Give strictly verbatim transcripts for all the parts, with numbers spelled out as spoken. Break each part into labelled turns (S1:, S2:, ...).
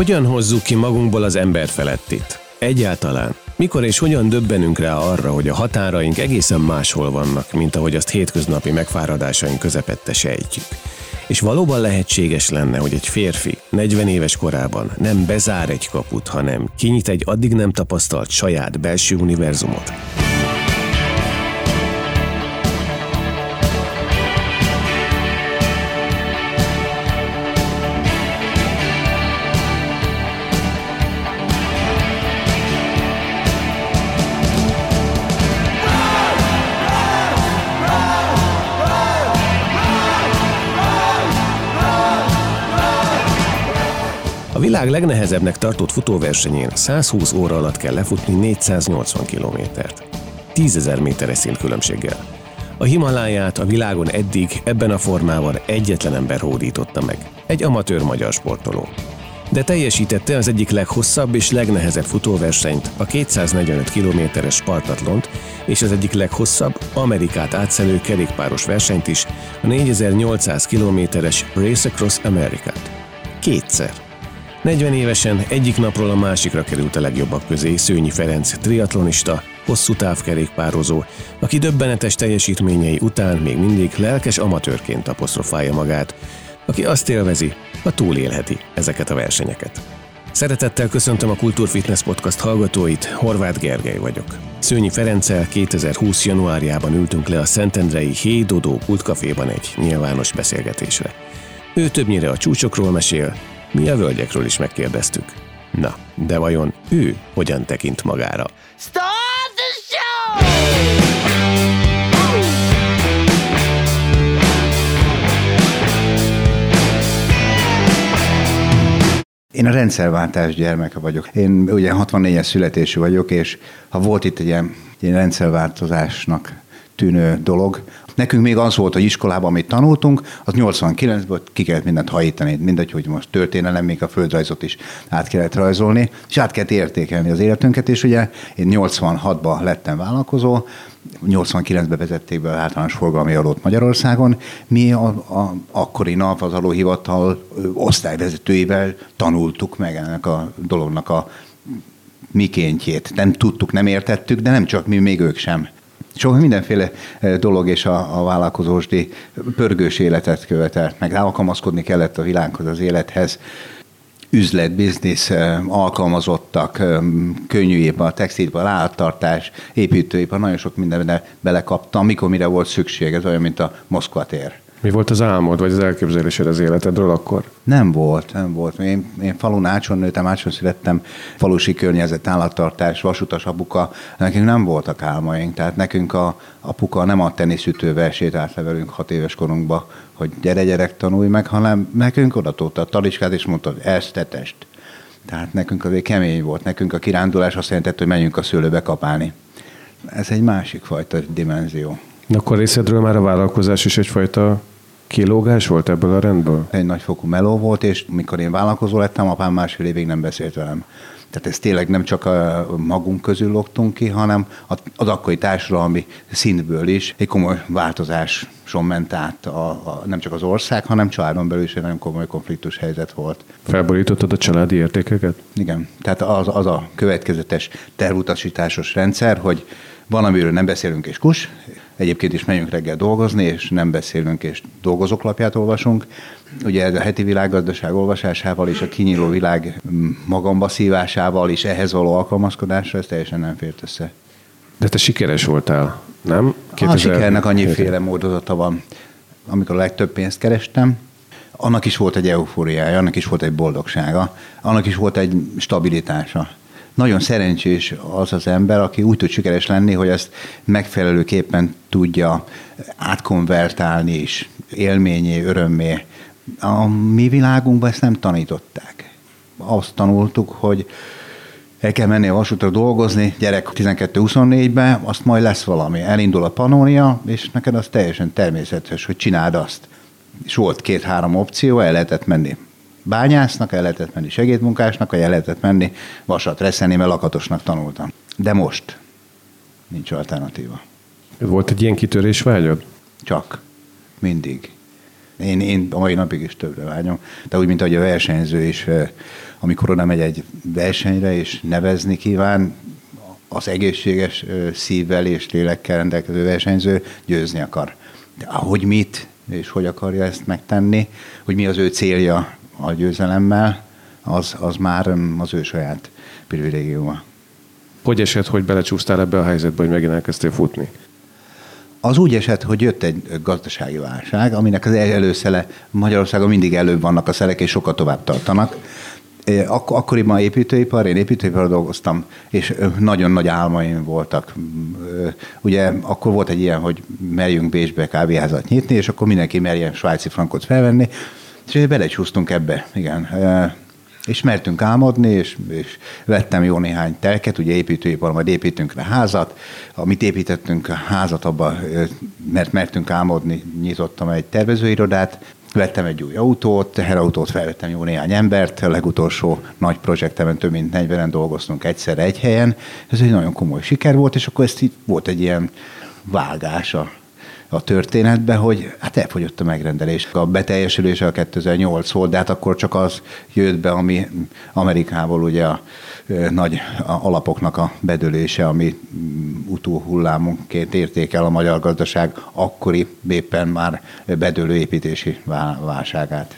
S1: Hogyan hozzuk ki magunkból az emberfelettit? Egyáltalán. Mikor és hogyan döbbenünk rá arra, hogy a határaink egészen máshol vannak, mint ahogy azt hétköznapi megfáradásaink közepette sejtjük? És valóban lehetséges lenne, hogy egy férfi negyven éves korában nem bezár egy kaput, hanem kinyit egy addig nem tapasztalt saját belső univerzumot? A világ legnehezebbnek tartott futóversenyén százhúsz óra alatt kell lefutni négyszáznyolcvan kilométert. tízezer méteres szintkülönbséggel. A Himaláját a világon eddig ebben a formában egyetlen ember hódította meg, egy amatőr magyar sportoló. De teljesítette az egyik leghosszabb és legnehezebb futóversenyt, a kétszáznegyvenöt kilométeres Spartatlont, és az egyik leghosszabb, Amerikát átszelő kerékpáros versenyt is, a négyezer-nyolcszáz kilométeres Race Across Americát. Kétszer. negyven évesen egyik napról a másikra került a legjobbak közé Szőnyi Ferenc triatlonista, hosszú távkerékpározó, aki döbbenetes teljesítményei után még mindig lelkes amatőrként apostrofálja magát, aki azt élvezi, ha túlélheti ezeket a versenyeket. Szeretettel köszöntöm a Kultúrfitness Podcast hallgatóit, Horváth Gergely vagyok. Szőnyi Ferenccel kétezer-húsz januárjában ültünk le a szentendrei Hey Dodó Kultkaféban egy nyilvános beszélgetésre. Ő többnyire a csúcsokról mesél, mi a völgyekről is megkérdeztük. Na, de vajon ő hogyan tekint magára?
S2: Start the show!
S3: Én a rendszerváltás gyermeke vagyok. Én ugye hatvannégyes születésű vagyok, és ha volt itt egy ilyen, ilyen rendszerváltozásnak tűnő dolog, nekünk még az volt, hogy iskolában, amit tanultunk, az nyolcvankilencben ki kellett mindent hajítani, mindegy, hogy most történelem, még a földrajzot is át kellett rajzolni, és át kellett értékelni az életünket, és ugye én nyolcvanhatban lettem vállalkozó, nyolcvankilencben vezették be az általános forgalmi adót Magyarországon, mi a, a akkori nap az adóhivatal osztályvezetőivel tanultuk meg ennek a dolognak a mikéntjét. Nem tudtuk, nem értettük, de nem csak mi, még ők sem. Sok mindenféle dolog és a, a vállalkozósdi pörgős életet követelt, meg alkalmazkodni kellett a világhoz, az élethez. Üzlet, biznisz, alkalmazottak, könnyűipar, textilipar, állattartás, építőipar, nagyon sok mindenbe belekaptam, amikor mire volt szükség, ez olyan, mint a Moszkva tér.
S1: Mi volt az álmod, vagy az elképzelésed az életedről akkor?
S3: Nem volt, nem volt. Én, én falun Ácson nőttem, Ácson születtem, falusi környezet, állattartás, vasutas apuka. Nekünk nem voltak álmaink, tehát nekünk a apuka nem a teniszütővel sétált le velünk hat éves korunkba, hogy gyere gyerek, tanulj meg, hanem nekünk odatódta a taliskát, és mondta, hogy ezt tetest. Tehát nekünk azért kemény volt. Nekünk a kirándulás azt jelentett, hogy menjünk a szőlőbe kapálni. Ez egy másik fajta dimenzió.
S1: De akkor részedről már a vállalkozás is egyfajta kilógás volt ebből a rendből?
S3: Egy nagyfokú meló volt, és mikor én vállalkozó lettem, apám másfél évig nem beszélt velem. Tehát ez tényleg nem csak a magunk közül logtunk ki, hanem az akkori társadalmi szintből is egy komoly változáson ment át a, a, nem csak az ország, hanem családon belül is egy nagyon komoly konfliktus helyzet volt.
S1: Felborítottad a családi értékeket?
S3: Igen. Tehát az, az a következetes tervutasításos rendszer, hogy van, amiről nem beszélünk és kus, egyébként is megyünk reggel dolgozni, és nem beszélünk és dolgozóklapját olvasunk. Ugye ez a heti világgazdaság olvasásával és a kinyíló világ magamba szívásával és ehhez való alkalmazkodásra, ez teljesen nem fért össze.
S1: De te sikeres voltál, nem?
S3: kétezer... A sikernek annyiféle módozata van. Amikor a legtöbb pénzt kerestem, annak is volt egy eufóriája, annak is volt egy boldogsága, annak is volt egy stabilitása. Nagyon szerencsés az az ember, aki úgy tud sikeres lenni, hogy ezt megfelelőképpen tudja átkonvertálni is élményé, örömmé. A mi világunkban ezt nem tanították. Azt tanultuk, hogy el kell menni a vasútra dolgozni, gyerek tizenkettő huszonnégyben, azt majd lesz valami. Elindul a Pannonia, és neked az teljesen természetes, hogy csináld azt. És volt két-három opció, el lehetett menni bányásznak, el lehetett menni segédmunkásnak, vagy el lehetett menni vasat reszelni, mert lakatosnak tanultam. De most nincs alternatíva.
S1: Volt egy ilyen kitörés vágyad?
S3: Csak. Mindig. Én, én a mai napig is többre vágyom. De úgy, mint ahogy a versenyző is, amikor oda megy egy versenyre, és nevezni kíván, az egészséges szívvel és lélekkel rendelkező versenyző győzni akar. De ahogy mit, és hogy akarja ezt megtenni, hogy mi az ő célja a győzelemmel, az, az már az ő saját privilégiuma.
S1: Hogy esett, hogy belecsúsztál ebbe a helyzetbe, hogy megint elkezdtél futni? Az úgy esett, hogy jött egy gazdasági válság, aminek az előszele Magyarországon mindig előbb vannak a szelek, és sokkal tovább tartanak. Ak- akkoriban építőipar, én építőiparra dolgoztam, és nagyon nagy álmaim voltak. Ugye akkor volt egy ilyen, hogy merjünk Bécsbe kávéházat nyitni, és akkor mindenki merjen svájci frankot felvenni, és belecsúsztunk ebbe, igen. És mertünk álmodni, és, és vettem jó néhány telket, ugye építőipar, majd építünk le házat. Amit építettünk a házat, abba, mert mertünk álmodni, nyitottam egy tervezőirodát, vettem egy új autót, teherautót, felvettem jó néhány embert, a legutolsó nagy projektemen több mint negyvenen dolgoztunk egyszerre egy helyen. Ez egy nagyon komoly siker volt, és akkor ezt itt volt egy ilyen vágás a, a történetbe, hogy hát elfogyott a megrendelés. A beteljesülése a kétezer-nyolc volt, de hát akkor csak az jött be, ami Amerikából ugye a nagy alapoknak a bedőlése, ami utóhullámunként értékel a magyar gazdaság akkori éppen már bedőlő építési válságát.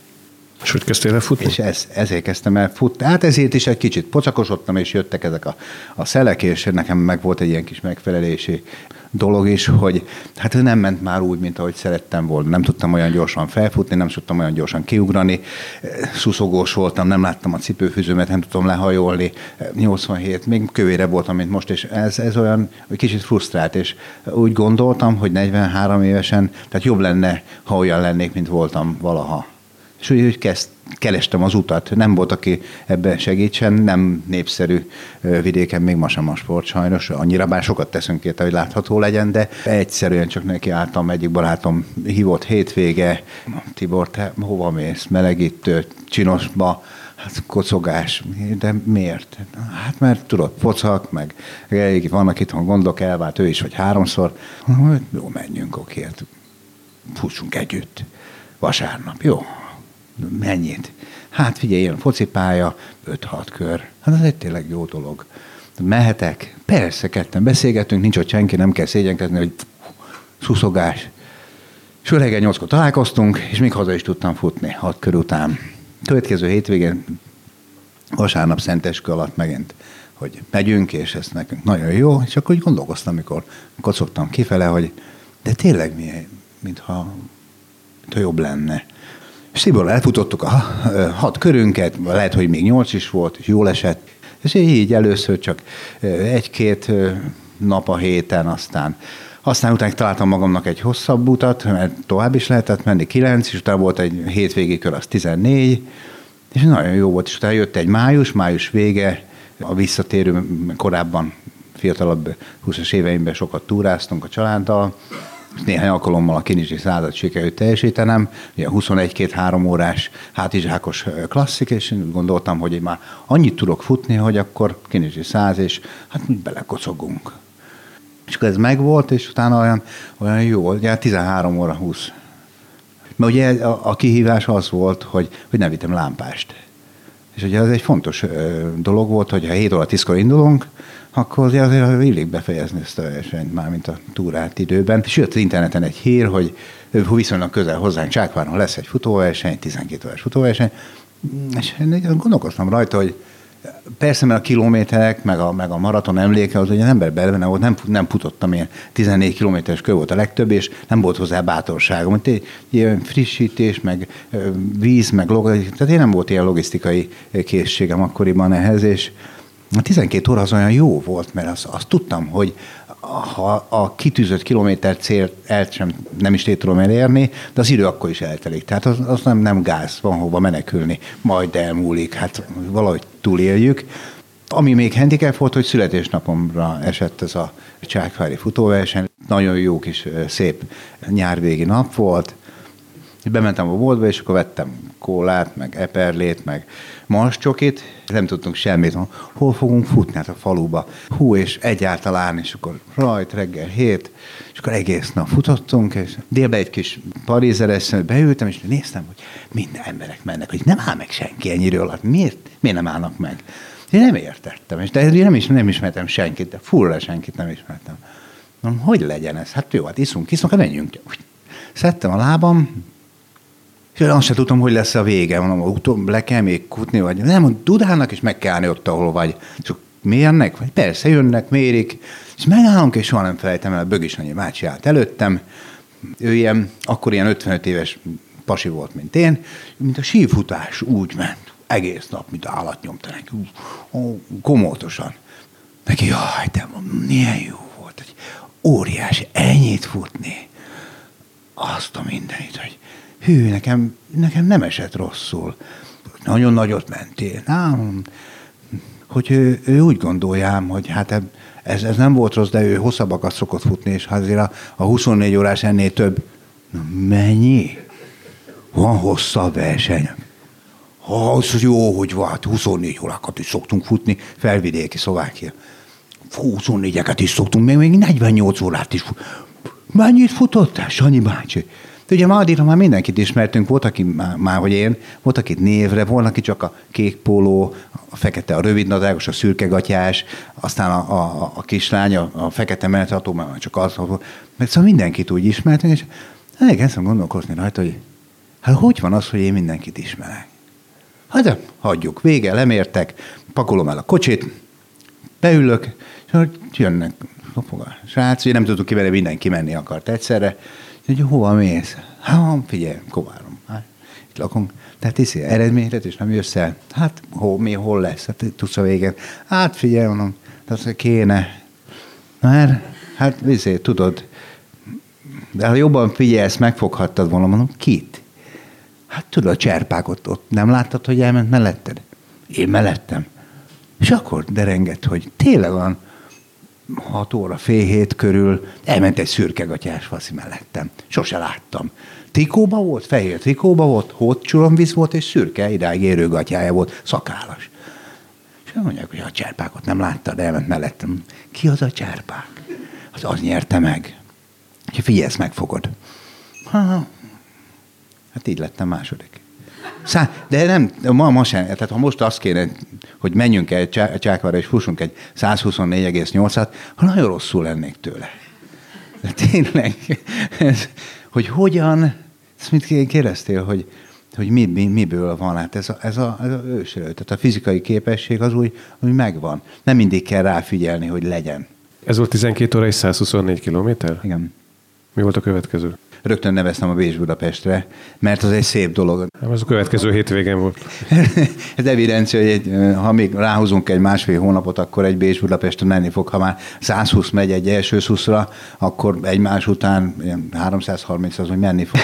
S1: És hogy kezdtél el futni? És ez, ezért kezdtem el futni. Hát ezért is egy kicsit pocakosodtam, és jöttek ezek a, a szelek, és nekem meg volt egy ilyen kis megfelelési dolog is, hogy hát ez nem ment már úgy, mint ahogy szerettem volna. Nem tudtam olyan gyorsan felfutni, nem tudtam olyan gyorsan kiugrani. Szuszogós voltam, nem láttam a cipőfűzőmet, nem tudtam lehajolni. nyolcvanhét, még kövére voltam, mint most, és ez, ez olyan kicsit frusztrált, és úgy gondoltam, hogy negyvenhárom évesen, tehát jobb lenne, ha olyan lennék, mint voltam valaha. És úgy, úgy kezd, kerestem az utat. Nem volt, aki ebben segítsen, nem népszerű vidéken, még ma sem a sport sajnos. Annyira bár sokat teszünk érte, hogy látható legyen, de egyszerűen csak neki álltam, egyik barátom hívott hétvége. Tibor, te hova mész? Melegítő, csinosba, hát kocogás. De miért? Hát mert tudod, pocak, meg vannak itthon gondok, elvált ő is, vagy háromszor. Jó, menjünk, oké, fussunk együtt. Vasárnap, jó. Mennyit? Hát figyelj, ilyen focipálya, öt-hat kör. Hát ez egy tényleg jó dolog. Mehetek? Persze, ketten beszélgetünk, nincs ott senki, nem kell szégyenkezni, hogy szuszogás. És reggel nyolckor találkoztunk, és még haza is tudtam futni, hat kör után. Következő hétvégén, vasárnap szenteskü alatt megint, hogy megyünk, és ez nekünk nagyon jó, és akkor úgy gondolkoztam, amikor kocogtam kifele, hogy de tényleg mi, mintha, mintha jobb lenne. És Tiborral elfutottuk a hat körünket, lehet, hogy még nyolc is volt, és jól esett. És így először csak egy-két nap a héten, aztán aztán utána találtam magamnak egy hosszabb utat, mert tovább is lehetett menni, kilenc, és utána volt egy hétvégi kör, az tizennégy, és nagyon jó volt. És utána jött egy május, május vége, a visszatérő, korábban fiatalabb húszas éveimben sokat túráztunk a családdal, néhány alkalommal a Kinizsi százat sikerült teljesítenem, ugye huszonegy-két-három órás hátizsákos klasszik, és gondoltam, hogy én már annyit tudok futni, hogy akkor Kinizsi száz, és hát úgy belekocogunk. És akkor ez megvolt, és utána olyan, olyan jó, ugye tizenhárom óra húsz. Mert ugye a, a kihívás az volt, hogy, hogy nem vittem lámpást. És ugye ez egy fontos dolog volt, hogy ha hét óra tízkor indulunk, akkor azért illik befejezni ezt a versenyt már, mint a túrát időben. És jött az interneten egy hír, hogy viszonylag közel hozzánk Csákváron lesz egy futóverseny, tizenkét órás futóverseny, és gondolkoztam rajta, hogy persze, mert a kilométerek, meg a, meg a maraton emléke, az, hogy az ember benne volt, nem, nem futottam, ilyen tizennégy kilométeres kör volt a legtöbb, és nem volt hozzá bátorságom. Egy ilyen frissítés, meg víz, meg logisztikai, tehát én nem volt ilyen logisztikai készségem akkoriban ehhez, és a tizenkét óra az olyan jó volt, mert azt, azt tudtam, hogy ha a kitűzött kilométer cél el sem, nem is tudom elérni, de az idő akkor is eltelik. Tehát az, az nem, nem gáz, van hova menekülni, majd elmúlik, hát valahogy túléljük. Ami még handicap volt, hogy születésnapomra esett ez a csákvári futóverseny. Nagyon jó kis szép nyárvégi nap volt. Bementem a boltba, és akkor vettem
S3: kólát, meg eperlét, meg marscsokit, nem tudtunk semmit. Hol fogunk futni? Hát a faluba. Hú, és egyáltalán, és akkor rajt reggel hét, és akkor egész nap futottunk, és délben egy kis parízeres, beültem, és néztem, hogy minden emberek mennek, hogy nem áll meg senki ennyire alatt. Miért? Miért nem állnak meg? Én nem értettem, és de én nem, is, nem ismertem senkit, de furra senkit nem ismertem. Mondom, hogy legyen ez? Hát jó, hát iszunk, iszunk, hát menjünk. Szedtem a lábam, és azt sem tudtam, hogy lesz a vége. Mondom, utóbb le kell még kutni, vagy nem, mondom, dudálnak, és meg kell állni ott, ahol vagy. Csak mérnek, vagy persze jönnek, mérik, és megállunk, és soha nem felejtem el, a Bögis Annyi bácsi állt előttem. Ő ilyen, akkor ilyen ötvenöt éves pasi volt, mint én, mint a sífutás úgy ment. Egész nap, mint állat nyomta neki. Komótosan. Neki, jaj, de milyen jó volt, hogy óriási, ennyit futni. Azt a mindenit, hogy hű, nekem, nekem nem esett rosszul. Nagyon nagyot mentél. Nem, hogy ő, ő úgy gondoljám, hogy hát ez, ez nem volt rossz, de ő hosszabbakat szokott futni, és azért a, a huszonnégy órás ennél több. Na, mennyi? Van hosszabb verseny. Az jó, hogy van, huszonnégy órákat is szoktunk futni, felvidéki Szlovákia. huszonnégyeket is szoktunk, még, még negyvennyolc órát is futni. Mennyit futottál, Sanyi bácsi? De ugye már addigra már mindenkit ismertünk, volt, aki már, már hogy én, volt, akit névre, volt, aki csak a kék póló, a fekete, a rövidnadrágos, a szürkegatyás, aztán a, a, a kislány, a, a fekete menetható, már csak az, mert szóval mindenkit úgy ismertünk, és elkezdtem gondolkozni rajta, hogy hát hogy van az, hogy én mindenkit ismerek? Hát de hagyjuk, vége, lemértek, pakolom el a kocsit, beülök, és jönnek a srác, ugye nem tudtuk kivenni, mindenki menni akart egyszerre, hogy hova mész? Hát figyelj, Komárom, hát, itt lakunk, tehát iszi eredményet, és nem jössz el. Hát hol, mi, hol lesz? Hát tudsz a végén. Hát figyelj, mondom, tehát kéne. Mert, hát viszi, tudod, de ha jobban figyelsz, megfoghattad volna, mondom, kit? Hát tudod, a cserpákot ott nem láttad, hogy elment melletted? Én mellettem. És akkor derengett, hogy tényleg van hat óra, fél hét körül elment egy szürkegatyás faszi mellettem. Sose láttam. Trikóba volt, fehér trikóba volt, hótcsuromvíz volt, és szürke, idáig érő gatyája volt, szakállas. És mondják, hogy a cserpákot nem láttad, elment mellettem. Ki az a cserpák? Az az nyerte meg. Ha figyelsz, megfogod. Ha, hát így lettem második. Szá, de nem, ma, ma sem, tehát ha most azt kéne, hogy menjünk el Csákvára és fussunk egy százhuszonnégy egész nyolcat, ha nagyon rosszul lennék tőle. De tényleg, ez, hogy hogyan, ezt mit kérdeztél, hogy, hogy mi, mi, miből van, hát ez a, ez a, ez a ősről, tehát a fizikai képesség az úgy, úgy megvan. Nem mindig kell ráfigyelni, hogy legyen.
S1: Ez volt tizenkét óra és százhuszonnégy kilométer?
S3: Igen.
S1: Mi volt a következő?
S3: Rögtön neveztem a Bécs-Budapestre, mert az egy szép dolog.
S1: Nem, az a következő hétvégén volt.
S3: Ez evidencia, hogy egy, ha még ráhúzunk egy másfél hónapot, akkor egy Bécs-Budapestre menni fog. Ha már százhúsz megy egy első szuszra, akkor egymás után háromszázharminc az, hogy menni fog.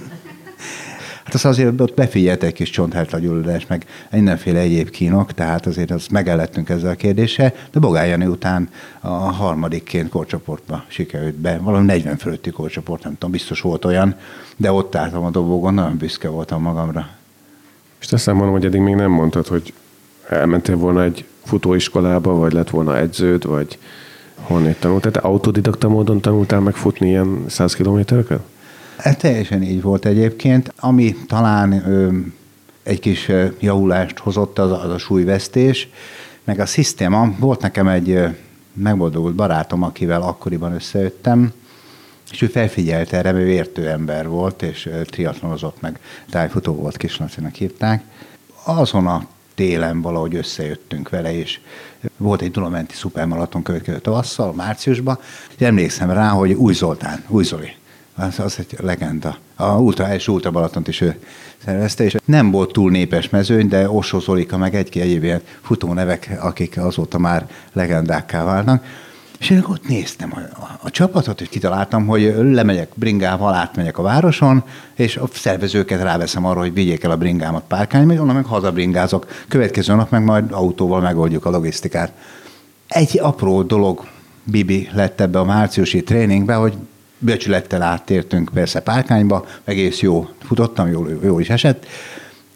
S3: Hát az azért ott befigyelt egy kis csonthártlagyulladás, meg mindenféle egyéb kínok, tehát azért azt megellettünk ezzel a kérdéssel, de Bogály Jani után a harmadikként korcsoportba sikerült be, valami negyven fölötti korcsoport, nem tudom, biztos volt olyan, de ott álltam a dobógon, nagyon büszke voltam magamra.
S1: És azt mondom, hogy eddig még nem mondtad, hogy elmentél volna egy futóiskolába, vagy lett volna edződ, vagy honnét tanultál? Te autodidakta módon tanultál meg futni ilyen száz kilométereket?
S3: Ez teljesen így volt egyébként. Ami talán ö, egy kis javulást hozott, az, az a súlyvesztés, meg a szisztéma. Volt nekem egy ö, megboldogult barátom, akivel akkoriban összejöttem, és ő felfigyelt erre, mert ő értő ember volt, és ö, triatlonozott, meg tájfutó volt, Kislacinak hívták. Azon a télen valahogy összejöttünk vele, és volt egy Dulamenti szupermaraton következő tavasszal, márciusban, és emlékszem rá, hogy Új Zoltán, Új Zoli, Az, az egy legenda. A ultra, első Ultra Balatont is ő szervezte, és nem volt túl népes mezőny, de Ossó Zolika, meg egy-két egyéb ilyen futónevek, akik azóta már legendákká válnak. És én ott néztem a, a, a csapatot, és kitaláltam, hogy lemegyek bringával, átmegyek a városon, és a szervezőket ráveszem arra, hogy vigyék el a bringámat Párkányba, és onnan meg hazabringázok. Következő nap meg majd autóval megoldjuk a logisztikát. Egy apró dolog, Bibi, lett ebbe a márciusi tréningbe, hogy becsülettel áttértünk persze Párkányba, egész jó futottam, jól, jól is esett,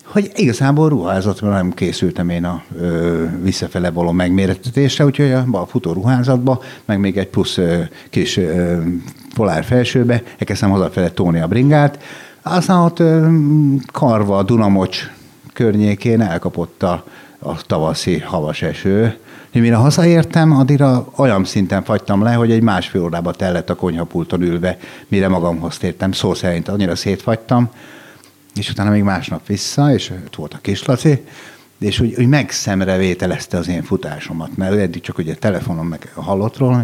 S3: hogy igazából ruházatra nem készültem én a ö, visszafele való megmérettetésre, úgyhogy a, a futó ruházatba, meg még egy plusz ö, kis ö, polár felsőbe elkezdtem hazafele tolni a bringát. Aztán ott ö, Karva, a Dunamocs környékén elkapott a, a tavaszi havas eső. Mire hazaértem, addigra olyan szinten fagytam le, hogy egy másfél órába tellett a konyhapulton ülve, mire magamhoz tértem. Szó szerint annyira szétfagytam, és utána még másnap vissza, és ott volt a Kislaci, és úgy, úgy megszemrevételezte az én futásomat, mert ő eddig csak ugye telefonon meg hallott róla,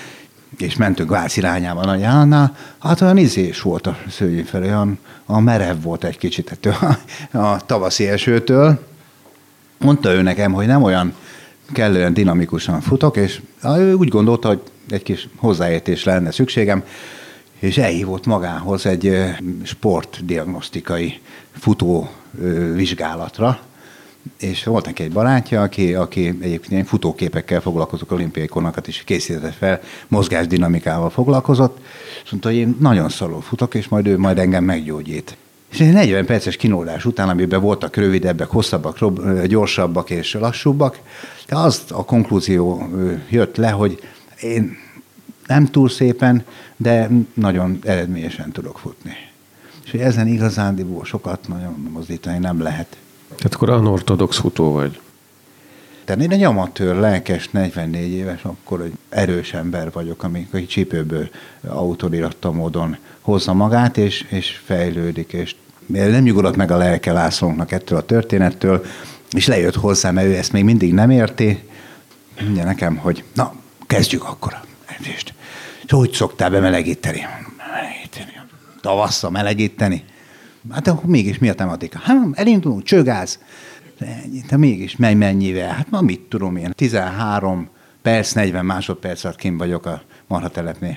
S3: és mentünk Váci irányában Nagy Állannál, hát olyan izés volt a szőnyeg felé, olyan, olyan merev volt egy kicsit ettől a, a tavaszi esőtől. Mondta ő nekem, hogy nem olyan kellően dinamikusan futok, és ő úgy gondolta, hogy egy kis hozzáértésre lenne szükségem, és elhívott magához egy sportdiagnosztikai futó vizsgálatra, és volt neki egy barátja, aki, aki egyébként futóképekkel foglalkozott, olimpiai konakat is készített fel, mozgásdinamikával foglalkozott, és mondta, hogy én nagyon szarul futok, és majd ő majd engem meggyógyít. És egy negyven perces kínódás után, amiben voltak rövidebbek, hosszabbak, gyorsabbak és lassúbbak, de az a konklúzió jött le, hogy én nem túl szépen, de nagyon eredményesen tudok futni. És hogy ezen igazándiból sokat nagyon mozdítani nem lehet.
S1: Tehát akkor anortodox futó vagy?
S3: Tehát én egy amatőr, lelkes, negyvennégy éves, akkor egy erős ember vagyok, ami egy csípőből autodidakta módon hozza magát, és, és fejlődik, és nem nyugodott meg a lelke Lászlónknak ettől a történettől, és lejött hozzám, mert ő ezt még mindig nem érti. Mondja nekem, hogy na, kezdjük akkor a edzést. És hogy szoktál bemelegíteni? Melegíteni. Tavasszal melegíteni. Hát akkor mégis mi a tematika? Hát elindulunk, csőgáz. De mégis menj mennyivel? Hát ma mit tudom én? tizenhárom perc, negyven másodperc alatt kint vagyok a marhatelepnél.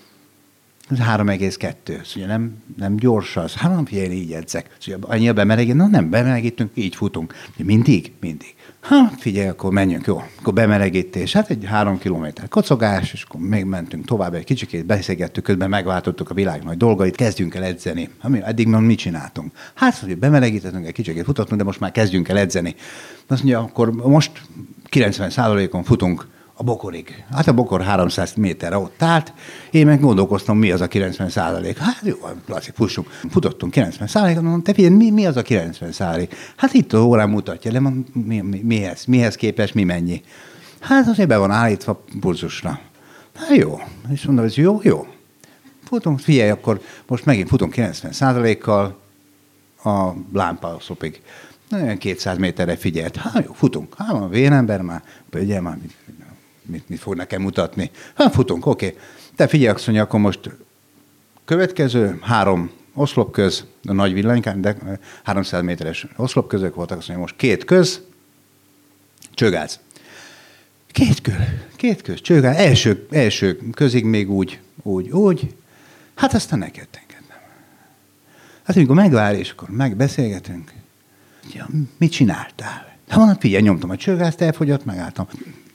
S3: Ez három egész kettő. Szóval nem, nem gyors az. Hát nem figyelj, így edzek. Szóval annyira bemelegítünk? Na nem, bemelegítünk, így futunk. Mindig? Mindig. Ha figyelj, akkor menjünk, jó. Akkor bemelegítés. Hát egy három kilométer kocogás, és akkor még mentünk tovább egy kicsikét, beszélgettük, közben megváltottuk a világ nagy dolgait, kezdjünk el edzeni. Eddig már mit csináltunk? Hát, hogy bemelegítettünk, egy kicsikét futottunk, de most már kezdjünk el edzeni. Azt mondja, akkor most kilencven százalékon futunk a Bokorig. Hát a Bokor háromszáz méterre ott állt, én meg gondolkoztam, mi az a kilencven százalék. Hát jó, Laci, fussunk. Futottunk kilencven százalékon, mondom, te figyelj, mi, mi az a kilencven százalék? Hát itt az órán mutatja, de mi, mi, mihez, mihez képes, mi mennyi? Hát azért be van állítva pulzusra. Hát jó. És mondom, hogy jó, jó. Futunk, figyelj, akkor most megint futunk kilencven százalékkal a lámpaszopig. Nagyon kétszáz méterre figyelt. Hát jó, futunk. Hát van a vénember már, ugye már mit, mit, mit fog nekem mutatni. Hát futunk, oké. Okay. Te figyelj, azt mondja, akkor most következő három oszlopköz, a nagy villanykán, de háromszáz méteres oszlopközök voltak, azt mondja, most két köz, csőgáz. Két köz, két köz, csőgáz. Első, első közig még úgy, úgy, úgy. Hát aztán neked engednem. Hát amikor megvár, és akkor megbeszélgetünk. Ja, mit csináltál? Hát mondom, figyelj, nyomtam a csőgázt, elfogyott, megálltam.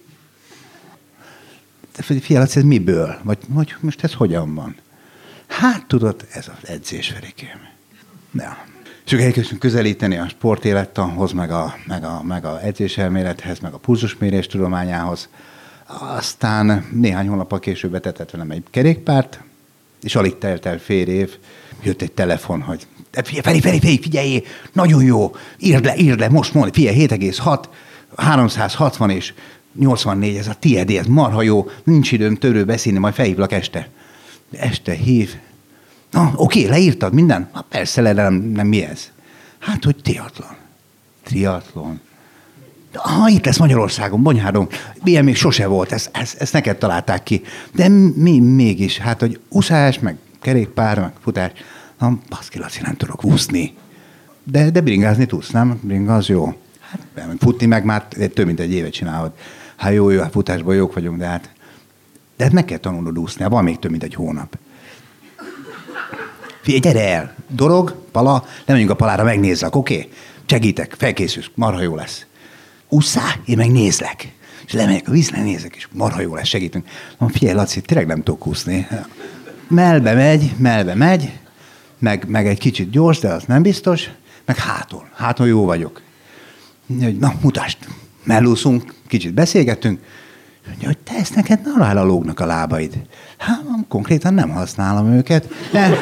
S3: De figyelj, ez miből? Vagy, vagy most ez hogyan van? Hát tudod, ez az edzés, Ferikém. Ja. És akkor elkezdtünk közelíteni a sportélettanhoz, meg a, meg a, meg a edzéselmélethez, meg a pulzusmérés tudományához. Aztán néhány hónappal később betetett velem egy kerékpárt, és alig telt el fél év, jött egy telefon, hogy Feri, Feri, Feri, figyelj, nagyon jó, írd le, írd le, most mondj, figyelj, hét egész hat, háromszázhatvan és nyolcvannégy, ez a tiéd, ez marha jó, nincs időm törő beszélni, majd felhívlak este. De este hív. Na, oké, leírtad minden? Na, persze, le, nem, nem mi ez? Hát, hogy triatlon. Triatlon. Ah, itt lesz Magyarországon, Bonyhádon. Ilyen még sose volt, ezt, ezt, ezt neked találták ki. De mi mégis, hát, hogy úszás, meg kerékpár, meg futás. Na, baszki, Laci, nem tudok úszni. De, de bringázni tudsz, nem? Bringa az jó. Hát futni meg már több mint egy évet csinálod. Hát jó, jó, hát futásban jók vagyunk, de hát... De hát meg kell tanulnod úszni, van még több mint egy hónap. Figyelj, gyere el! Dorog, pala, lemegyünk a palára, megnézzek, oké? Okay? Segítek, felkészülsz, marha jó lesz. Ússzál, én meg nézlek. És lemegyek a vízre, nézek, és marha jó lesz, segítünk. Mondom, figyelj, Laci, tényleg nem tudok úszni. Melbe megy, melbe megy, meg, meg egy kicsit gyors, de az nem biztos. meg háton. Háton jó vagyok. Na, mutasd, mellúszunk, kicsit beszélgettünk. Mondja, hogy te ezt neked narálra lógnak a lábaid. Hát, konkrétan nem használom őket. De...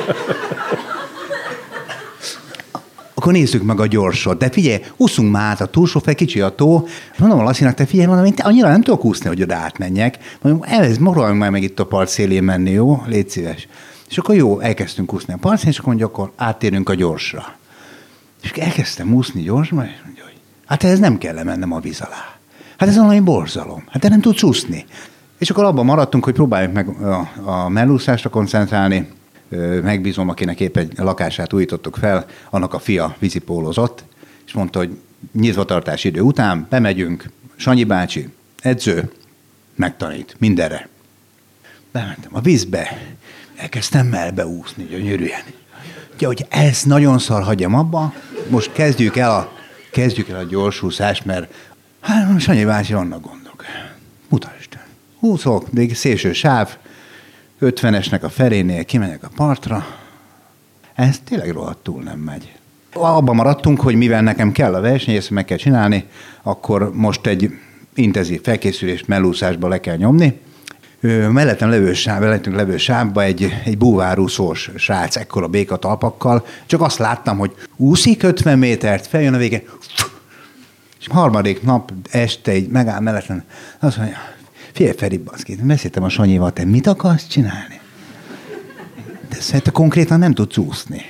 S3: Akkor nézzük meg a gyorsot. De figyelj, úszunk már át a túlsó fel, kicsi a tó. Mondom a Lacinak, te figyelj, mondom, én annyira nem tudok úszni, hogy oda átmenjek. Mondom, ez moroljunk már meg itt a part szélén menni, jó? Légy szíves. És akkor jó, elkezdtünk úszni a part szélén, és akkor mondja, akkor áttérünk a gyorsra. És elkezdtem úszni gyorsra, és mondja, hogy hát ez nem kell lemennem a víz alá. Hát ez valami borzalom. Hát te nem tudsz úszni. És akkor abban maradtunk, hogy próbáljuk meg a, a mellúszásra koncentrálni. Megbízom, akinek épp egy lakását újítottuk fel, annak a fia vízipólózott, és mondta, hogy nyitvatartás idő után bemegyünk, Sanyi bácsi, edző, megtanít mindenre. Bementem a vízbe, elkezdtem melbeúszni gyönyörűen. Ugye, hogy ez nagyon szar, hagyjam abba, most kezdjük el a, kezdjük el a gyorsúszást, mert hát Sanyi bácsi, vannak gondok. Mutasd. Húszok, de szélső sáv, ötvenesnek a felénél kimegyek a partra, ez tényleg rohadtul nem megy. Abban maradtunk, hogy mivel nekem kell a verseny, ezt meg kell csinálni, akkor most egy intenzív felkészülést mellúszásba le kell nyomni. Mellettem levő sáv, mellettünk levő sávba egy, egy búvárúszós srác, ekkora békatalpakkal, csak azt láttam, hogy úszik ötven métert, feljön a vége, és harmadik nap este így megáll mellettem, azt mondja, figyelj, Feri, baszki, beszéltem a Sanyival, te mit akarsz csinálni? De szerintem konkrétan nem tudsz úszni.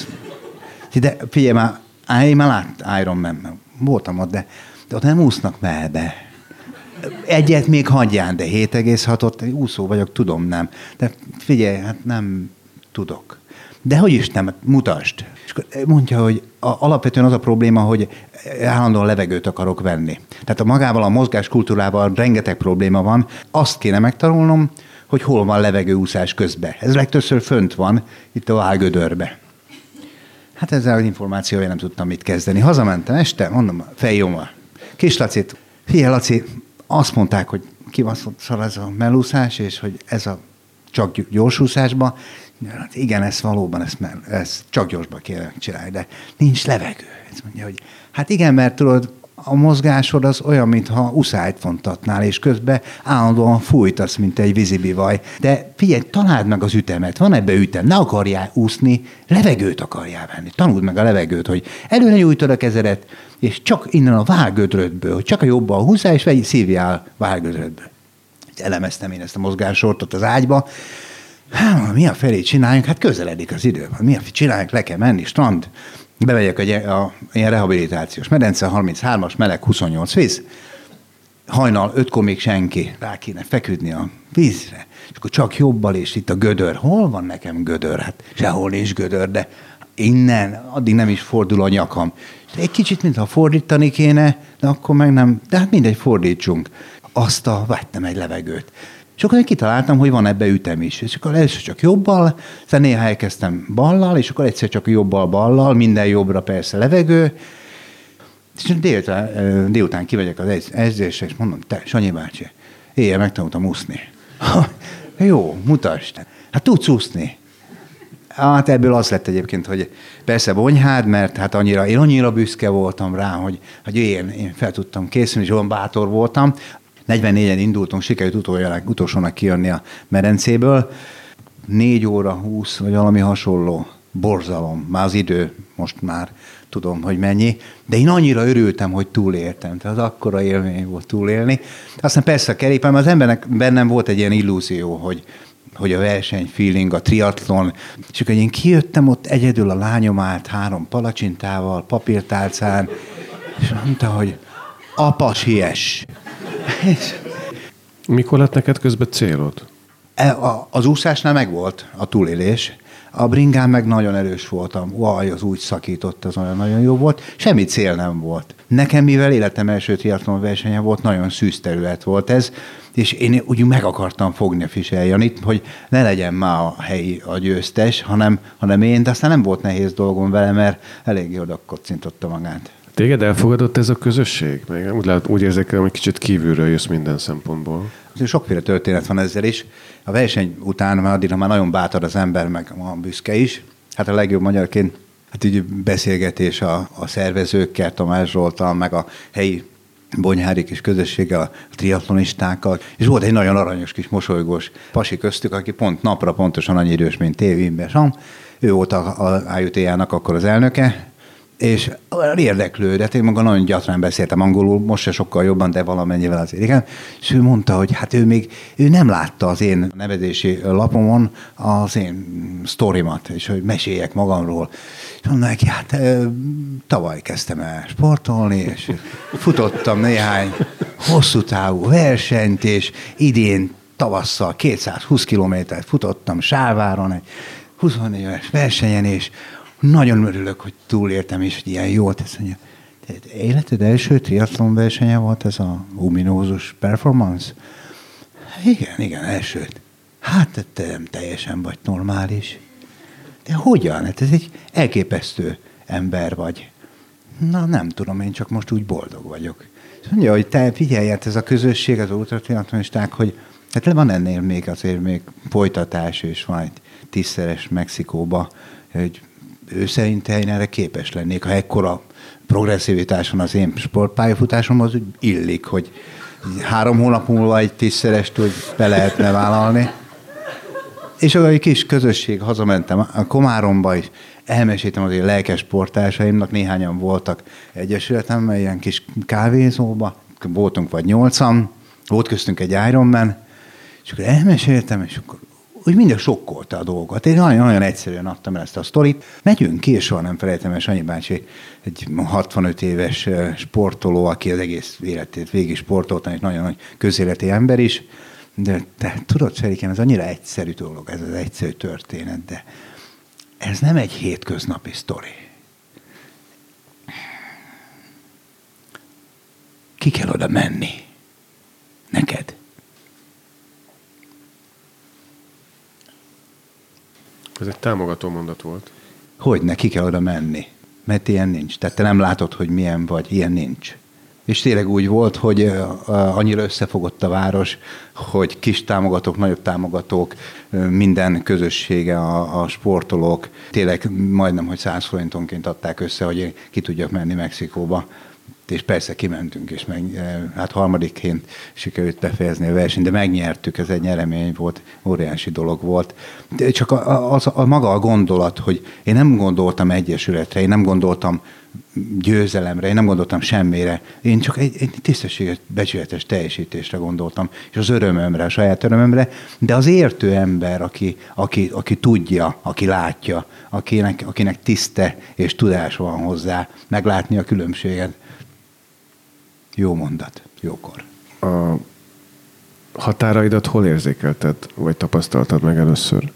S3: De figyelj már, én már lát Iron Man, voltam ott, de, de ott nem úsznak melbe. Egyet még hagyján, de hét egész hatot, úszó vagyok, tudom, nem. De figyelj, hát nem tudok. De hogy is nem, mutasd. És mondja, hogy a, alapvetően az a probléma, hogy állandóan levegőt akarok venni. Tehát a magával, a mozgáskultúrával rengeteg probléma van. Azt kéne megtanulnom, hogy hol van levegőúszás közben. Ez legtöbbször fönt van, itt a válgödörbe. Hát ezzel az információval nem tudtam mit kezdeni. Hazamentem este, mondom, feljomva. Kis Lacit, figyelj Laci, azt mondták, hogy kibaszott szar ez a mellúszás, és hogy ez a csak gyorsúszásba. Hát igen, ez valóban, ez, ez csak gyorsba kell csinálni, de nincs levegő. Ez mondja, hogy hát igen, mert tudod, a mozgásod az olyan, mintha uszályt vontatnál, és közben állandóan fújtasz, mint egy vízibivaj. De figyelj, találd meg az ütemet, van ebbe ütem, ne akarjál úszni, levegőt akarjál venni. Tanuld meg a levegőt, hogy előre nyújtod a kezedet, és csak innen a válgödrödből, hogy csak a jobbal húzzál, és vegy, szívjál válgödrödből. Elemeztem én ezt a mozgásortot az ágyba. Hát, mi a felé csináljunk? Hát közeledik az idő. Mi a csináljunk? Le kell menni, strand. Bemegyek a, a ilyen rehabilitációs medence, harminchármas, meleg, huszonnyolc víz. Hajnal, ötkor még senki. Rá kéne feküdni a vízre. És akkor csak jobbal, és itt a gödör. Hol van nekem gödör? Hát sehol nincs gödör, de innen, addig nem is fordul a nyakam. Egy kicsit, mintha fordítani kéne, de akkor meg nem. De hát mindegy, fordítsunk. Azt a, vettem egy levegőt. És akkor én kitaláltam, hogy van ebbe ütem is. És akkor először csak jobbal, aztán néha elkezdtem ballal, és akkor egyszer csak jobbal-ballal, minden jobbra persze levegő. És délután, délután kimegyek az edzésre, és mondom, te, Sanyi bácsi, éjjel megtanultam úszni. Jó, mutasd. Hát tudsz úszni. Hát ebből az lett egyébként, hogy persze Bonyhád, mert hát annyira, én annyira büszke voltam rá, hogy, hogy én, én fel tudtam készülni, és olyan bátor voltam. negyvennégyen indultunk, sikerült utolsónak kijönni a medencéből. négy óra húsz, vagy valami hasonló, borzalom. Már az idő, most már tudom, hogy mennyi. De én annyira örültem, hogy túléltem. Tehát az akkora élmény volt túlélni. Aztán persze a kerékpár, az embernek bennem volt egy ilyen illúzió, hogy, hogy a verseny feeling, a triatlon. És akkor én kijöttem ott egyedül, a lányom állt három palacsintával, papírtálcán, és mondta, hogy apa, siess.
S1: Mikor lett neked közben célod?
S3: Az úszásnál megvolt a túlélés. A bringán meg nagyon erős voltam. Vaj, az úgy szakított, az olyan nagyon jó volt. Semmi cél nem volt. Nekem, mivel életem első triatlon versenye volt, nagyon szűz terület volt ez, és én úgy meg akartam fogni a Fischer Janit, hogy ne legyen már a helyi a győztes, hanem, hanem én, de aztán nem volt nehéz dolgom vele, mert eléggé oda kocintotta magát.
S1: Téged elfogadott ez a közösség? Még úgy, lát, úgy érzékelem, hogy kicsit kívülről jössz minden szempontból.
S3: Sokféle történet van ezzel is. A verseny után, már addigra már nagyon bátor az ember, meg a büszke is. Hát a legjobb magyarként hát így beszélgetés a, a szervezőkkel, Tamás Zsoltal, meg a helyi Bonyhári kis közösséggel, a triatlonistákkal, és volt egy nagyon aranyos kis mosolygós pasi köztük, aki pont napra pontosan annyi idős, mint Tévimbe Sam. Ő volt az á jé té á-nak akkor az elnöke, és érdeklődött, hát én maga nagyon gyakran beszéltem angolul, most se sokkal jobban, de valamennyivel azért igen, és ő mondta, hogy hát ő még ő nem látta az én nevezési lapomon az én sztorimat, és hogy meséljek magamról. És mondom neki, hát tavaly kezdtem el sportolni, és futottam néhány hosszú távú versenyt, és idén tavasszal kétszázhúsz kilométert futottam Sálváron, egy huszonnégy éves versenyen, és nagyon örülök, hogy túléltem, és hogy ilyen jól tesz. Tehát életed első triatlon versenye volt ez a ominózus performance? Igen, igen, elsőt. Hát te nem teljesen vagy normális. De hogyan? Hát ez egy elképesztő ember vagy. Na nem tudom, én csak most úgy boldog vagyok. És mondja, hogy te figyelj, hát ez a közösség, az ultratriatlonisták, hogy hát van ennél még azért még folytatás, és van egy tízszeres Mexikóba, hogy ő szerint én erre képes lennék. Ha ekkora progresszivitáson az én sportpályafutásom, az úgy illik, hogy három hónap múlva egy tízszerest úgy be lehetne vállalni. És akkor egy kis közösség, hazamentem a Komáromba, és elmeséltem az én lelkes sportársaimnak, néhányan voltak egyesületemben, ilyen kis kávézóba, voltunk vagy nyolcan, volt köztünk egy Ironman, és akkor elmeséltem, és akkor úgy minden sokkolta a dolgot. Én nagyon-nagyon egyszerűen adtam el ezt a sztorit. Megyünk ki, és soha nem felejtem, és Sanyi bácsi egy hatvanöt éves sportoló, aki az egész életét végig sportoltam, és nagyon nagy közéleti ember is. De te tudod, Ferikém, ez annyira egyszerű dolog, ez az egyszerű történet, de ez nem egy hétköznapi sztori. Ki kell oda menni. Neked.
S1: Ez egy támogató mondat volt.
S3: Hogy ne, ki kell oda menni. Mert ilyen nincs. Tehát te nem látod, hogy milyen vagy, ilyen nincs. És tényleg úgy volt, hogy annyira összefogott a város, hogy kis támogatók, nagyobb támogatók, minden közössége a, a sportolók tényleg majdnem, hogy száz forintonként adták össze, hogy én ki tudjak menni Mexikóba. És persze kimentünk, és meg, hát harmadikként sikerült befejezni a versenyt, de megnyertük, ez egy nyeremény volt, óriási dolog volt. De csak a, a, a maga a gondolat, hogy én nem gondoltam egyesületre, én nem gondoltam győzelemre, én nem gondoltam semmire, én csak egy, egy tisztességes, becsületes teljesítésre gondoltam, és az örömömre, a saját örömömre, de az értő ember, aki, aki, aki tudja, aki látja, akinek, akinek tiszte és tudás van hozzá, meglátni a különbséget. Jó mondat, jókor.
S1: A határaidat hol érzékelted, vagy tapasztaltad meg először?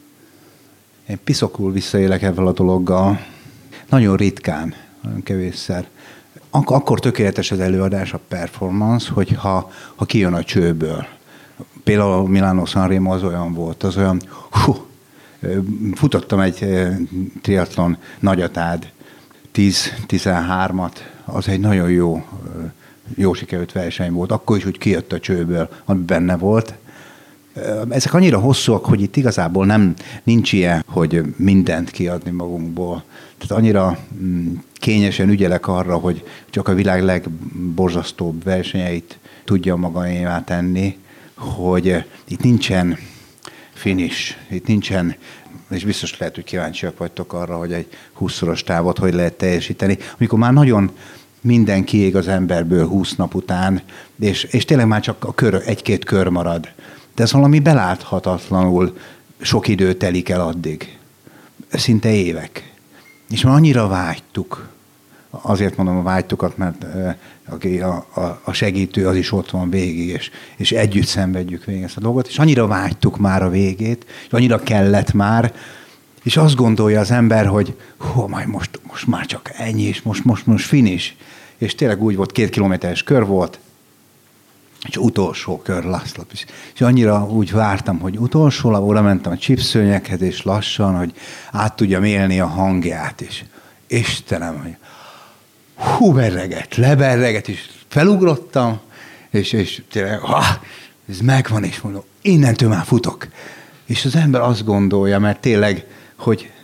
S3: Én piszokul visszaélek ezzel a dologgal. Nagyon ritkán, nagyon kevésszer. Ak- akkor tökéletes az előadás, a performance, hogyha ha kijön a csőből. Például a Milano Sanremo az olyan volt, az olyan, hú, futottam egy triatlon nagyatád, tíz-tizenhármat, az egy nagyon jó, jó sikerült verseny volt. Akkor is úgy kijött a csőből, ami benne volt. Ezek annyira hosszúak, hogy itt igazából nem, nincs ilyen, hogy mindent kiadni magunkból. Tehát annyira kényesen ügyelek arra, hogy csak a világ legborzasztóbb versenyeit tudja magaévá tenni, hogy itt nincsen finish, itt nincsen, és biztos lehet, hogy kíváncsiak vagytok arra, hogy egy húszszoros távot hogy lehet teljesíteni, amikor már nagyon minden kiég az emberből húsz nap után, és, és tényleg már csak a kör, egy-két kör marad. De ez valami beláthatatlanul sok idő telik el addig. Szinte évek. És már annyira vágytuk. Azért mondom a vágytukat, mert a, a, a segítő az is ott van végig, és, és együtt szenvedjük végig ezt a dolgot, és annyira vágytuk már a végét, és annyira kellett már, és azt gondolja az ember, hogy hú, majd most, most már csak ennyi, és most, most, most finish. És tényleg úgy volt, két kilométeres kör volt, és utolsó kör, last lap is. És annyira úgy vártam, hogy utolsó lap, oda mentem a csipszőnyekhez, és lassan, hogy át tudjam élni a hangját is. Istenem, hogy hú, berreget, leberreget, és felugrottam, és, és tényleg, ah, ez megvan, és mondom, innentől már futok. És az ember azt gondolja, mert tényleg, hogy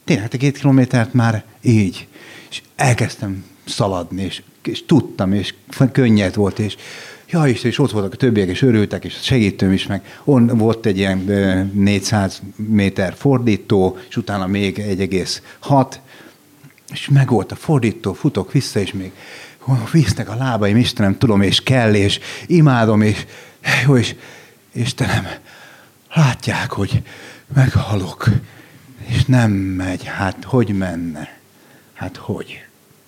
S3: tényleg a két kilométert már így. És elkezdtem szaladni, és, és tudtam, és könnyed volt, és ja, és, és ott voltak a többiek, és örültek, és segítőm is, meg on volt egy ilyen négyszáz méter fordító, és utána még egy egész hat, és meg volt a fordító, futok vissza, és még visznek a lábaim, Istenem, tudom, és kell, és imádom, és jó, és Istenem, látják, hogy meghalok, és nem megy, hát hogy menne? Hát hogy?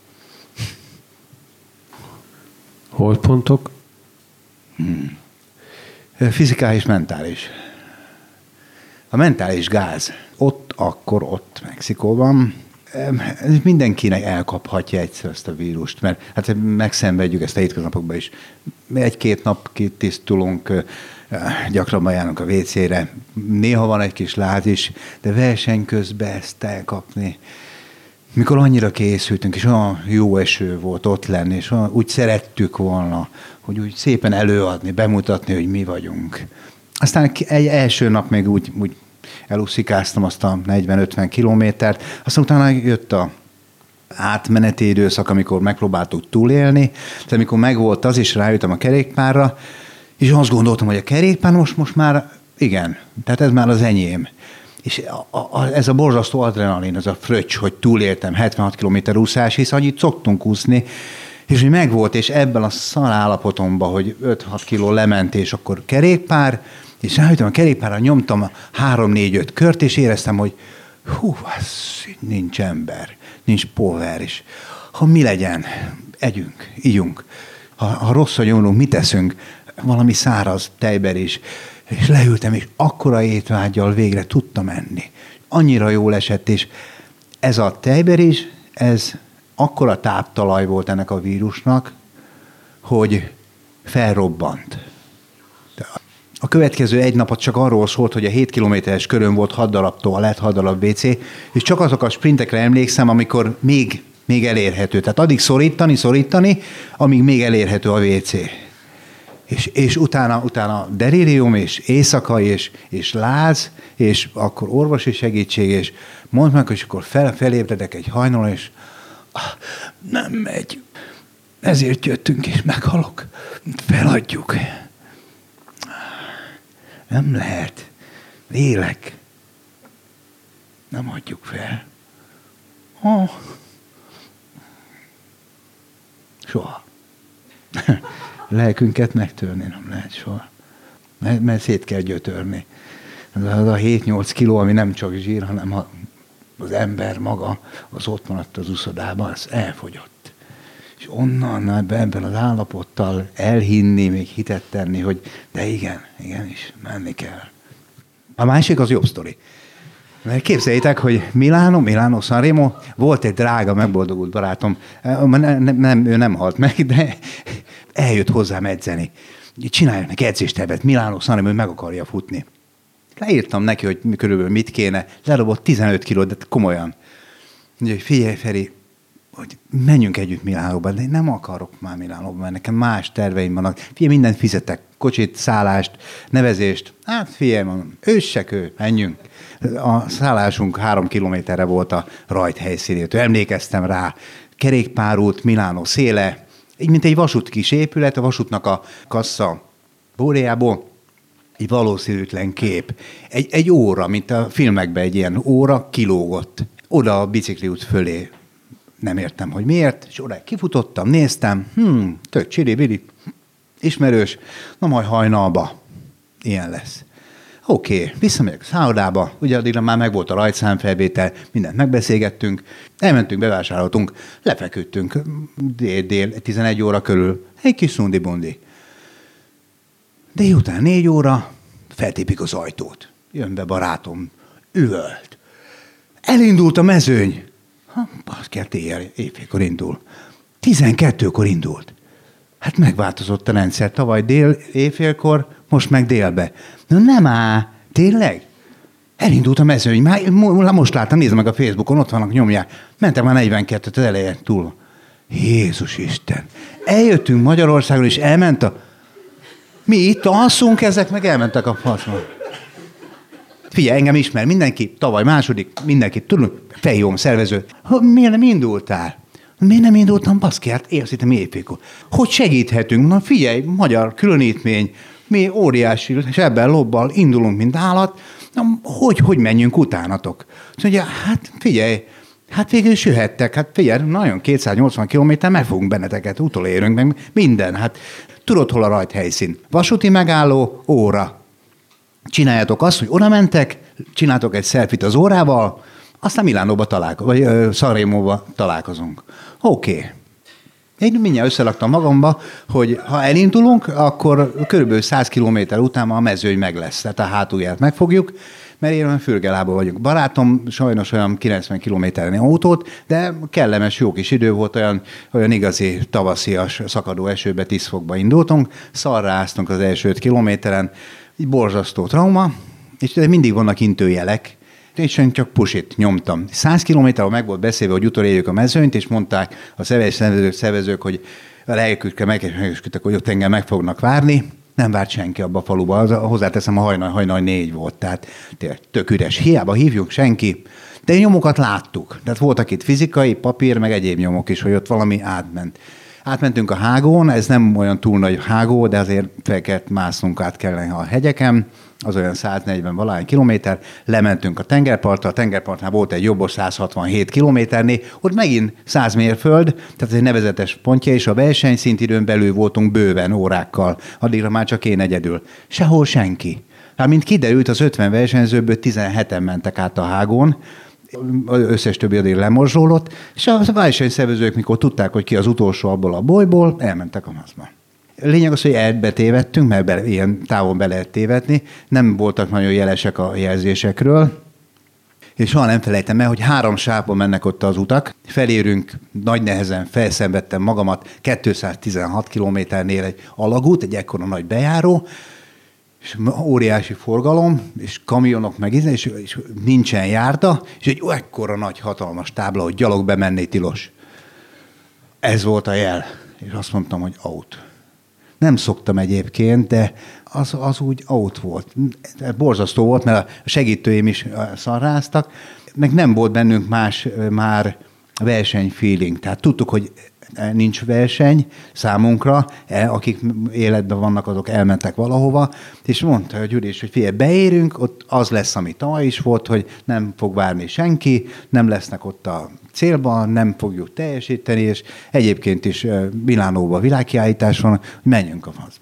S1: Holdpontok?
S3: Hmm. Fizikális, mentális. A mentális gáz. Ott, akkor ott Mexikóban mindenkinek elkaphatja egyszer ezt a vírust, mert hát megszenvedjük ezt a hétköznapokban is. Egy-két nap tisztulunk, gyakrabban járunk a vécére, néha van egy kis láz is, de verseny közben ezt elkapni. Mikor annyira készültünk, és olyan jó eső volt ott lenni, és úgy szerettük volna, hogy úgy szépen előadni, bemutatni, hogy mi vagyunk. Aztán egy első nap még úgy, úgy eluszikáztam azt a negyven-ötven kilométert, aztán utána jött a átmeneti időszak, amikor megpróbáltuk túlélni, tehát amikor megvolt az, és rájöttem a kerékpárra, és azt gondoltam, hogy a kerékpár most, most már igen, tehát ez már az enyém. És a, a, ez a borzasztó adrenalin, ez a fröccs, hogy túléltem hetvenhat kilométer úszás, hisz annyit szoktunk úszni, és hogy megvolt, és ebben a szar állapotomban, hogy öt-hat kiló lement, és akkor kerékpár, és rájöttem a kerékpárra, nyomtam három-négy-öt kört, és éreztem, hogy hú, ez nincs ember, nincs power, és ha mi legyen, együnk, ígyunk. Ha, ha rossz a nyomunk, mit teszünk? Valami száraz tejber is. És leültem, és akkora étvággyal végre tudtam enni. Annyira jól esett, és ez a tejber is, ez akkora táptalaj volt ennek a vírusnak, hogy felrobbant. A következő egy napot csak arról szólt, hogy a hét kilométeres körön volt hat darab toalett, hat darab vé cé, és csak azok a sprintekre emlékszem, amikor még, még elérhető. Tehát addig szorítani, szorítani, amíg még elérhető a vé cé. És, és utána, utána delírium, és éjszaka, és, és láz, és akkor orvosi segítség, és mondd meg, hogy akkor fel, felébredek egy hajnalon, és ah, nem megy. Ezért jöttünk, és meghalok. Feladjuk. Nem lehet. Lélek. Nem adjuk fel. Oh. Soha. Lelkünket megtörni nem lehet soha. Mert, mert szét kell gyötörni. Az a hét-nyolc kiló, ami nem csak zsír, hanem a, az ember maga, az ott maradt az uszodában, az elfogyott. És onnan ebben az állapottal elhinni, még hitet tenni, hogy de igen, igenis, menni kell. A másik az jobb sztori. Mert képzeljétek, hogy Milánó, Milánó Sanremo, volt egy drága, megboldogult barátom, nem, nem, ő nem halt meg, de eljött hozzám edzeni. Csinálják neki edzéstervet, Milánó Sanremo, ő meg akarja futni. Leírtam neki, hogy körülbelül mit kéne, ledobott tizenöt kilót, de komolyan. Mondja, hogy figyelj, Feri, hogy menjünk együtt Milánóba, de én nem akarok már Milánóba, mert nekem más terveim vannak. Figyelj, mindent fizetek, kocsit, szállást, nevezést. Hát figyelj, mondom, őssek ő, menjünk. A szállásunk három kilométerre volt a rajt helyszínétől. Emlékeztem rá, kerékpárút, Milánó széle, így mint egy vasút kis épület, a vasútnak a kassa bóréjából, egy valószínűtlen kép. Egy, egy óra, mint a filmekben egy ilyen óra kilógott. Oda a bicikliút fölé. Nem értem, hogy miért, és oda kifutottam, néztem, hm, tök csili-vili, ismerős, na majd hajnalba, ilyen lesz. Oké, okay, visszamegyek a szállodába, ugye addigra már megvolt a rajtszámfelvétel, mindent megbeszélgettünk, elmentünk, bevásároltunk, lefeküdtünk dél-dél, tizenegy óra körül, egy kis szundi-bundi. Délután négy óra, feltépik az ajtót. Jön be barátom, üvölt. Elindult a mezőny. Ha, baszkert éjjel, éjfélkor indul. tizenkettőkor indult. Hát megváltozott a rendszer. Tavaly dél, éjfélkor, most meg délbe. Na nem áll, tényleg? Elindult a mezőny. Már most láttam, nézd meg a Facebookon, ott vannak, nyomják. Mentem már negyvenkettőt az elején túl. Jézus Isten. Eljöttünk Magyarországon, és elment a... Mi itt alszunk, ezek meg elmentek a faszba. Figyelj, engem ismer mindenki, tavaly második, mindenki, tudom, fejjóm szervező. Miért nem indultál? Miért nem indultam, baszki, hát érsz mi épékor. Hogy segíthetünk? Na figyelj, magyar különítmény, mi óriási zsebbel, lobbal indulunk, mint állat, na, hogy, hogy menjünk utánatok? Azt mondja, hát figyelj, hát végül is jöhettek, hát figyelj, nagyon kétszáznyolcvan kilométer, meg fogunk benneteket, utolérünk, meg minden, hát tudod, hol a rajthelyszín? Vasúti megálló, óra. Csináljátok azt, hogy oda mentek, csináltok egy selfit az órával, aztán Milánóba találkozunk, vagy Sanremóba találkozunk. Oké. Okay. Én mindjárt összeraktam magamba, hogy ha elindulunk, akkor körülbelül száz kilométer után a mezőny meg lesz, tehát a hátulját megfogjuk, mert én olyan Fürgelából vagyok. Barátom sajnos olyan kilencven kilométeren autót, de kellemes, jó kis idő volt, olyan, olyan igazi tavaszias szakadó esőbe, tíz fokba indultunk, szarra áztunk az első öt kilométeren, egy borzasztó trauma, és mindig vannak intőjelek, és én csak pusit nyomtam. Száz kilométerről meg volt beszélve, hogy utolérjük a mezőnyt, és mondták a szervezők, szervezők hogy a lelkükkel megesküdtek, hogy ott engem meg fognak várni. Nem várt senki abba a faluba. Hozzáteszem, a hajnal, hajnal négy volt, tehát tök üres. Hiába hívjuk senki, de nyomokat láttuk. Tehát voltak itt fizikai, papír, meg egyéb nyomok is, hogy ott valami átment. Átmentünk a hágón, ez nem olyan túl nagy hágó, de azért fel kellett másznunk át kellene a hegyeken, az olyan száznegyven valahány kilométer, lementünk a tengerpartra, a tengerpartnál volt egy jobbos száz hatvanhét kilométernél, ott megint száz mérföld, tehát egy nevezetes pontja, és a versenyszintidőn belül voltunk bőven órákkal, addigra már csak én egyedül. Sehol senki. Hát mint kiderült, az ötven versenyzőből tizenheten mentek át a hágón, az összes többi addig lemorzsolott, és a versenyszervezők, mikor tudták, hogy ki az utolsó abból a bolyból, elmentek a maszba. Lényeg az, hogy elbetévedtünk, mert be, ilyen távol be lehet tévedni, nem voltak nagyon jelesek a jelzésekről, és soha nem felejtem el, hogy három sávban mennek ott az utak, felérünk, nagy nehezen felszenvedtem magamat, kétszáztizenhat kilométernél egy alagút, egy ekkora nagy bejáró, és óriási forgalom, és kamionok meg, és, és nincsen járda, és egy ekkora nagy hatalmas tábla, hogy gyalog bemenni tilos. Ez volt a jel, és azt mondtam, hogy out. Nem szoktam egyébként, de az, az úgy out volt. Borzasztó volt, mert a segítőim is szarráztak, meg nem volt bennünk más már versenyfeeling. Tehát tudtuk, hogy nincs verseny számunkra, akik életben vannak, azok elmentek valahova, és mondta a Gyuri is, hogy figyelj, beérünk, ott az lesz, ami tavaly is volt, hogy nem fog várni senki, nem lesznek ott a célban, nem fogjuk teljesíteni, és egyébként is Milánóban világkiállítás van, hogy menjünk a faszba.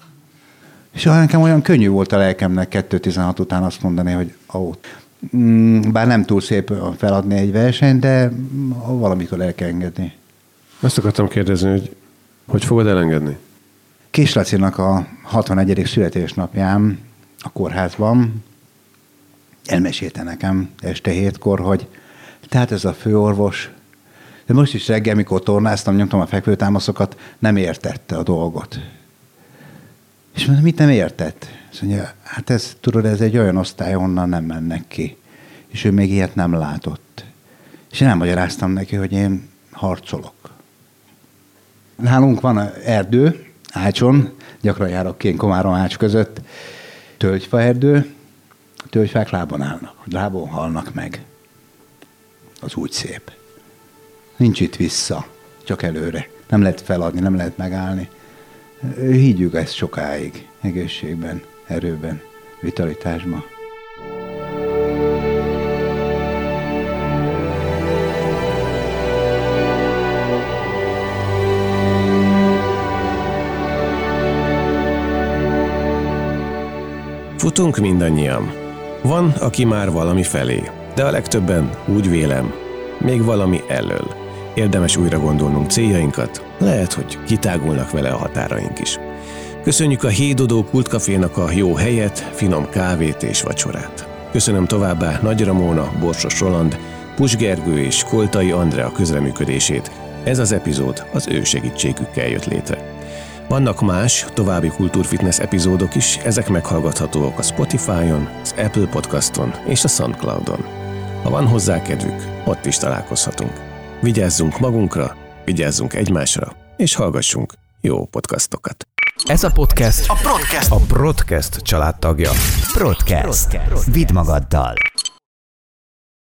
S3: És nekem olyan könnyű volt a lelkemnek kettő tizenhat után azt mondani, hogy out. Bár nem túl szép feladni egy versenyt, de valamikor el kell engedni.
S1: Azt akartam kérdezni, hogy hogy fogod elengedni?
S3: Kis Lacinak a hatvanegyedik születésnapján a kórházban elmesélte nekem este hétkor, hogy tehát ez a főorvos, de most is reggel, mikor tornáztam, nyomtam a fekvőtámaszokat, nem értette a dolgot. És mondom, mit nem értett? Azt mondja, hát ez, tudod, ez egy olyan osztály, onnan nem mennek ki. És ő még ilyet nem látott. És én elmagyaráztam neki, hogy én harcolok. Nálunk van erdő, Ácson, gyakran járok ki én Komárom Ács között, tölgyfaerdő, a tölgyfák lábon állnak, lábon halnak meg. Az úgy szép. Nincs itt vissza, csak előre. Nem lehet feladni, nem lehet megállni. Higgyük ezt sokáig, egészségben, erőben, vitalitásban.
S1: Futunk mindannyian. Van, aki már valami felé, de a legtöbben, úgy vélem, még valami elől. Érdemes újra gondolnunk céljainkat, lehet, hogy kitágulnak vele a határaink is. Köszönjük a Hédodó Kultkafénak a jó helyet, finom kávét és vacsorát. Köszönöm továbbá Nagy Ramóna, Borsos Roland, Pus Gergő és Koltai Andrea közreműködését. Ez az epizód az ő segítségükkel jött létre. Vannak más, további kultúrfitness epizódok is, ezek meghallgathatóak a Spotify-on, az Apple Podcaston és a SoundCloudon. Ha van hozzá kedvük, ott is találkozhatunk. Vigyázzunk magunkra, vigyázzunk egymásra, és hallgassunk jó podcastokat. Ez a podcast
S4: a Broadcast,
S1: a Broadcast családtagja.
S4: Broadcast. Vidd magaddal.